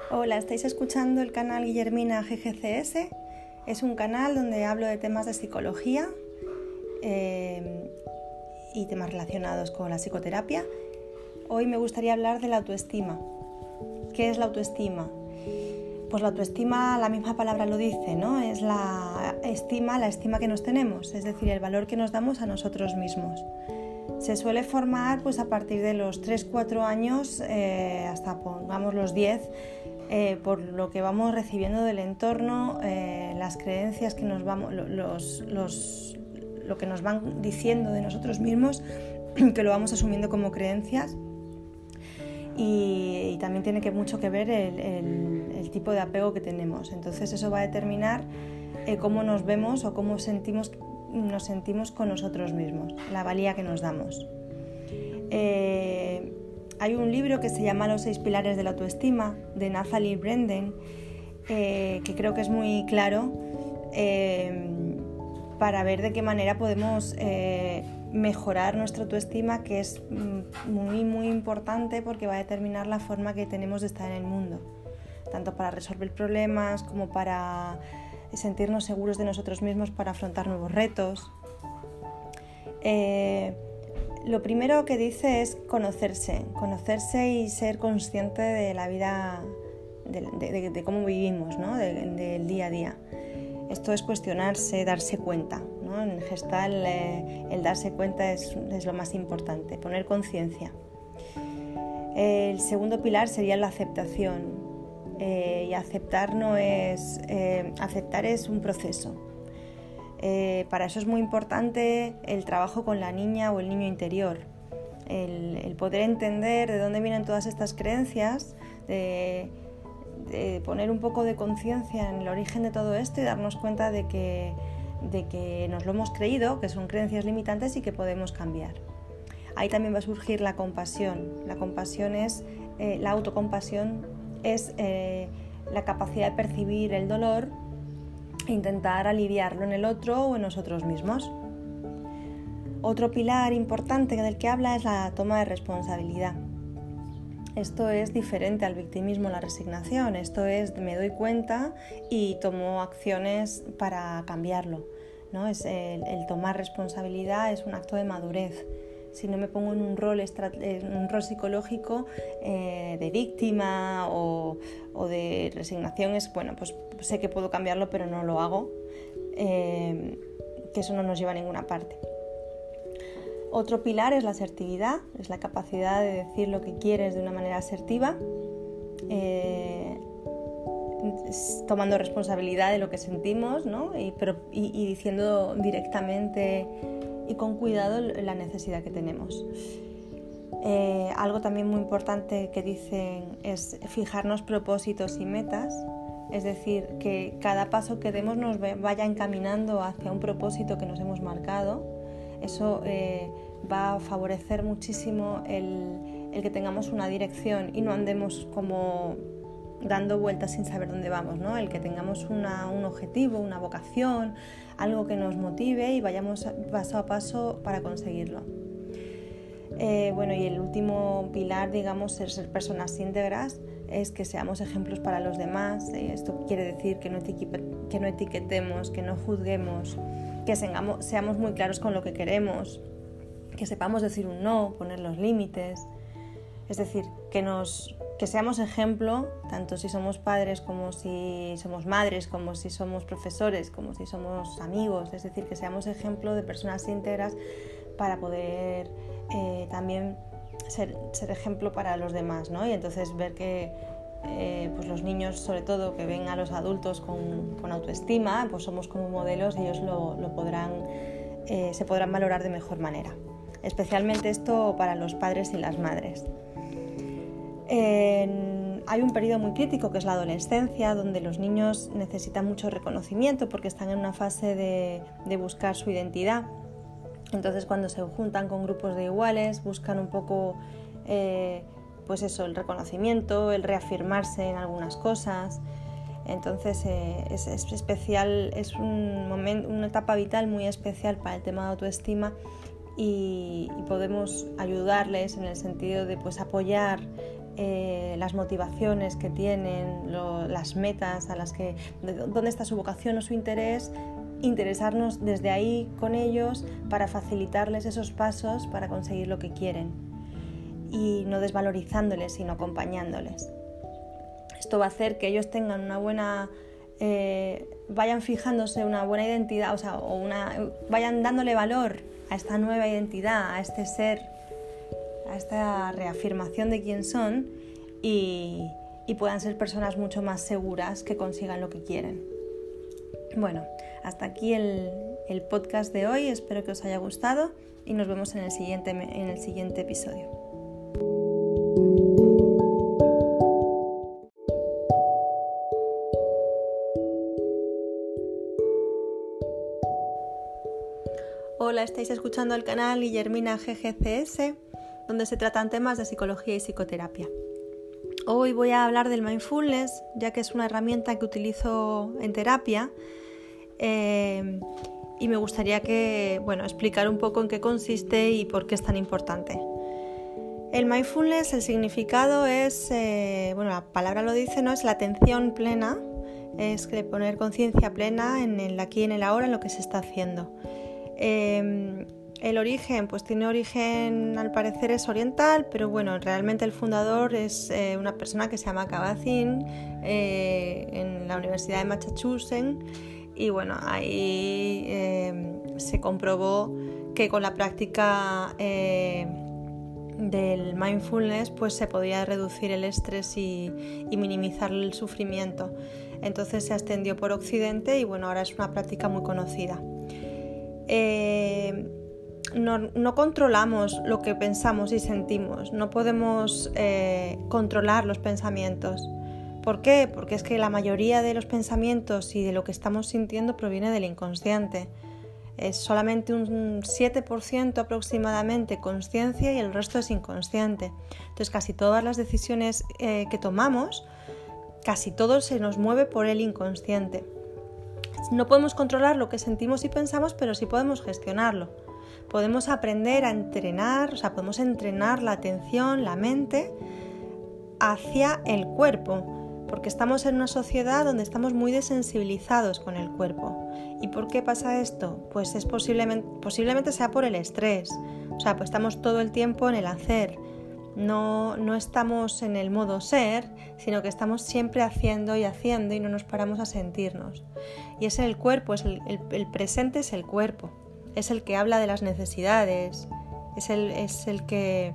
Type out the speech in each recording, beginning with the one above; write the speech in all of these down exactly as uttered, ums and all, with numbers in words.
Hola, estáis escuchando el canal Guillermina G G C S. Es un canal donde hablo de temas de psicología eh, y temas relacionados con la psicoterapia. Hoy me gustaría hablar de la autoestima. ¿Qué es la autoestima? Pues la autoestima, la misma palabra lo dice, ¿no? Es la estima, la estima que nos tenemos, es decir, el valor que nos damos a nosotros mismos. Se suele formar pues, a partir de los tres cuatro años eh, hasta pongamos los diez, eh, por lo que vamos recibiendo del entorno, eh, las creencias que nos vamos, los, los, lo que nos van diciendo de nosotros mismos, que lo vamos asumiendo como creencias. Y, y también tiene que mucho que ver el, el, el tipo de apego que tenemos. Entonces eso va a determinar eh, cómo nos vemos o cómo sentimos, nos sentimos con nosotros mismos, la valía que nos damos. Eh, hay un libro que se llama Los seis pilares de la autoestima, de Nathalie Branden, eh, que creo que es muy claro eh, para ver de qué manera podemos eh, mejorar nuestra autoestima, que es muy muy importante porque va a determinar la forma que tenemos de estar en el mundo, tanto para resolver problemas como para sentirnos seguros de nosotros mismos para afrontar nuevos retos. Eh, lo primero que dice es conocerse, conocerse y ser consciente de la vida, de, de, de cómo vivimos, ¿no? de, del día a día. Esto es cuestionarse, darse cuenta, ¿no? En Gestalt eh, el darse cuenta es, es lo más importante, poner conciencia. El segundo pilar sería la aceptación. Eh, y aceptar no es, eh, aceptar es un proceso. Eh, para eso es muy importante el trabajo con la niña o el niño interior, el, el poder entender de dónde vienen todas estas creencias, de, de poner un poco de conciencia en el origen de todo esto y darnos cuenta de que, de que nos lo hemos creído, que son creencias limitantes y que podemos cambiar. Ahí también va a surgir la compasión. La compasión es, eh, la autocompasión es eh, la capacidad de percibir el dolor e intentar aliviarlo en el otro o en nosotros mismos. Otro pilar importante del que habla es la toma de responsabilidad. Esto es diferente al victimismo, la resignación. Esto es me doy cuenta y tomo acciones para cambiarlo, ¿no? Es el, el tomar responsabilidad es un acto de madurez. Si no me pongo en un rol, en un rol psicológico eh, de víctima o, o de resignación, es bueno, pues sé que puedo cambiarlo, pero no lo hago, eh, que eso no nos lleva a ninguna parte. Otro pilar es la asertividad, es la capacidad de decir lo que quieres de una manera asertiva, eh, tomando responsabilidad de lo que sentimos, ¿no? y, pero, y, y diciendo directamente y con cuidado la necesidad que tenemos. Eh, algo también muy importante que dicen es fijarnos propósitos y metas, es decir, que cada paso que demos nos vaya encaminando hacia un propósito que nos hemos marcado. Eso eh, va a favorecer muchísimo el, el que tengamos una dirección y no andemos como dando vueltas sin saber dónde vamos, ¿no? El que tengamos una, un objetivo, una vocación, algo que nos motive y vayamos paso a paso para conseguirlo. Eh, bueno, y el último pilar, digamos, es ser personas íntegras, es que seamos ejemplos para los demás. Eh, esto quiere decir que no, etiquet- que no etiquetemos, que no juzguemos, que seamos, seamos muy claros con lo que queremos, que sepamos decir un no, poner los límites. Es decir, que nos que seamos ejemplo, tanto si somos padres como si somos madres, como si somos profesores, como si somos amigos. Es decir, que seamos ejemplo de personas íntegras para poder eh, también ser, ser ejemplo para los demás, ¿no? Y entonces ver que eh, pues los niños, sobre todo, que ven a los adultos con, con autoestima, pues somos como modelos, ellos lo, lo podrán, eh, se podrán valorar de mejor manera. Especialmente esto para los padres y las madres. En, hay un periodo muy crítico que es la adolescencia, donde los niños necesitan mucho reconocimiento porque están en una fase de, de buscar su identidad. Entonces, cuando se juntan con grupos de iguales, buscan un poco eh, pues eso, el reconocimiento, el reafirmarse en algunas cosas. Entonces eh, es, es especial, es un momento, una etapa vital muy especial para el tema de autoestima y, y podemos ayudarles en el sentido de pues apoyar eh, las motivaciones que tienen, lo, las metas a las que, de, dónde está su vocación o su interés, interesarnos desde ahí con ellos para facilitarles esos pasos para conseguir lo que quieren y no desvalorizándoles, sino acompañándoles. Esto va a hacer que ellos tengan una buena, eh, vayan fijándose una buena identidad, o sea, o una, vayan dándole valor a esta nueva identidad, a este ser, a esta reafirmación de quién son y, y puedan ser personas mucho más seguras que consigan lo que quieren. Bueno, hasta aquí el, el podcast de hoy, espero que os haya gustado y nos vemos en el siguiente, en el siguiente episodio. Hola, estáis escuchando el canal Guillermina G G C S, donde se tratan temas de psicología y psicoterapia. Hoy voy a hablar del mindfulness, ya que es una herramienta que utilizo en terapia. Eh, y me gustaría que, bueno, explicar un poco en qué consiste y por qué es tan importante. El mindfulness, el significado es, eh, bueno, la palabra lo dice, ¿no? Es la atención plena, es poner conciencia plena en el aquí y en el ahora, en lo que se está haciendo. Eh, el origen, pues tiene origen, al parecer es oriental, pero bueno, realmente el fundador es eh, una persona que se llama Kabat-Zinn, eh, en la Universidad de Massachusetts. Y bueno, ahí eh, se comprobó que con la práctica eh, del mindfulness pues se podía reducir el estrés y, y minimizar el sufrimiento. Entonces se extendió por Occidente y bueno, ahora es una práctica muy conocida. Eh, no, no controlamos lo que pensamos y sentimos, no podemos eh, controlar los pensamientos. ¿Por qué? Porque es que la mayoría de los pensamientos y de lo que estamos sintiendo proviene del inconsciente. Es solamente un siete por ciento aproximadamente consciencia y el resto es inconsciente. Entonces casi todas las decisiones eh, que tomamos, casi todo se nos mueve por el inconsciente. No podemos controlar lo que sentimos y pensamos, pero sí podemos gestionarlo. Podemos aprender a entrenar, o sea, podemos entrenar la atención, la mente hacia el cuerpo. Porque estamos en una sociedad donde estamos muy desensibilizados con el cuerpo. ¿Y por qué pasa esto? Pues es posiblemente, posiblemente sea por el estrés. O sea, pues estamos todo el tiempo en el hacer. No, no estamos en el modo ser, sino que estamos siempre haciendo y haciendo y no nos paramos a sentirnos. Y es el cuerpo, es el, el, el presente es el cuerpo. Es el que habla de las necesidades. Es el, es el que...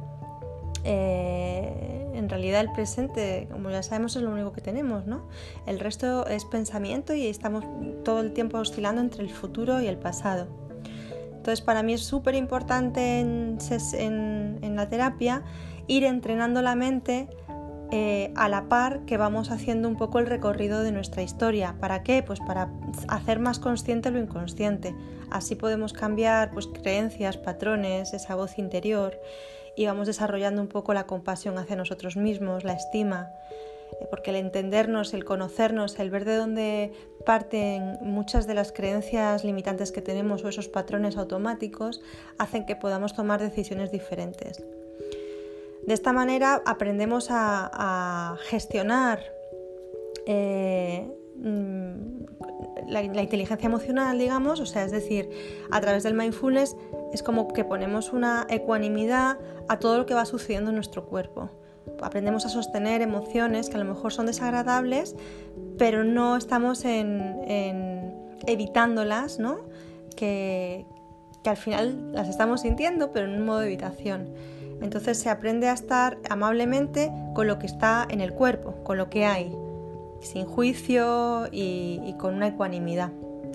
Eh, en realidad el presente, como ya sabemos, es lo único que tenemos, ¿no? El resto es pensamiento y estamos todo el tiempo oscilando entre el futuro y el pasado. Entonces para mí es súper importante en, en, en la terapia ir entrenando la mente eh, a la par que vamos haciendo un poco el recorrido de nuestra historia. ¿Para qué? Pues para hacer más consciente lo inconsciente. Así podemos cambiar pues, creencias, patrones, esa voz interior. Y vamos desarrollando un poco la compasión hacia nosotros mismos, la estima, porque el entendernos, el conocernos, el ver de dónde parten muchas de las creencias limitantes que tenemos o esos patrones automáticos hacen que podamos tomar decisiones diferentes. De esta manera aprendemos a, a gestionar eh, la, la inteligencia emocional, digamos, o sea, es decir, a través del mindfulness es como que ponemos una ecuanimidad a todo lo que va sucediendo en nuestro cuerpo. Aprendemos a sostener emociones que a lo mejor son desagradables, pero no estamos en, en evitándolas, ¿no? Que, que al final las estamos sintiendo, pero en un modo de evitación. Entonces se aprende a estar amablemente con lo que está en el cuerpo, con lo que hay, sin juicio y, y con una ecuanimidad.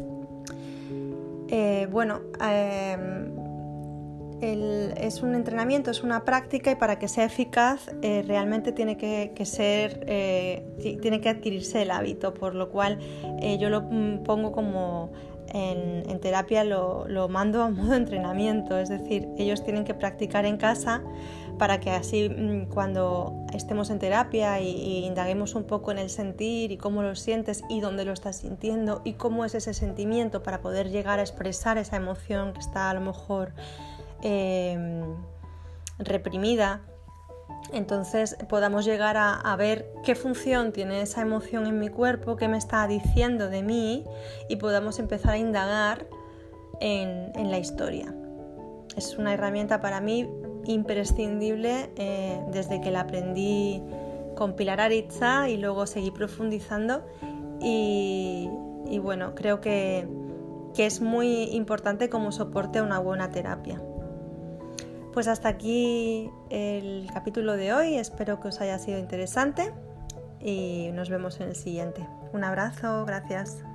Eh, bueno, eh, el, es un entrenamiento, es una práctica y para que sea eficaz eh, realmente tiene que, que ser, eh, tiene que adquirirse el hábito, por lo cual eh, yo lo pongo como en, en terapia, lo, lo mando a modo entrenamiento, es decir, ellos tienen que practicar en casa para que así cuando estemos en terapia y, y indaguemos un poco en el sentir y cómo lo sientes y dónde lo estás sintiendo y cómo es ese sentimiento para poder llegar a expresar esa emoción que está a lo mejor eh, reprimida, entonces podamos llegar a, a ver qué función tiene esa emoción en mi cuerpo, qué me está diciendo de mí, y podamos empezar a indagar en, en la historia. Es una herramienta para mí imprescindible eh, desde que la aprendí con Pilar Aritza y luego seguí profundizando y, y bueno, creo que, que es muy importante como soporte a una buena terapia. Pues hasta aquí el capítulo de hoy, espero que os haya sido interesante y nos vemos en el siguiente. Un abrazo, gracias.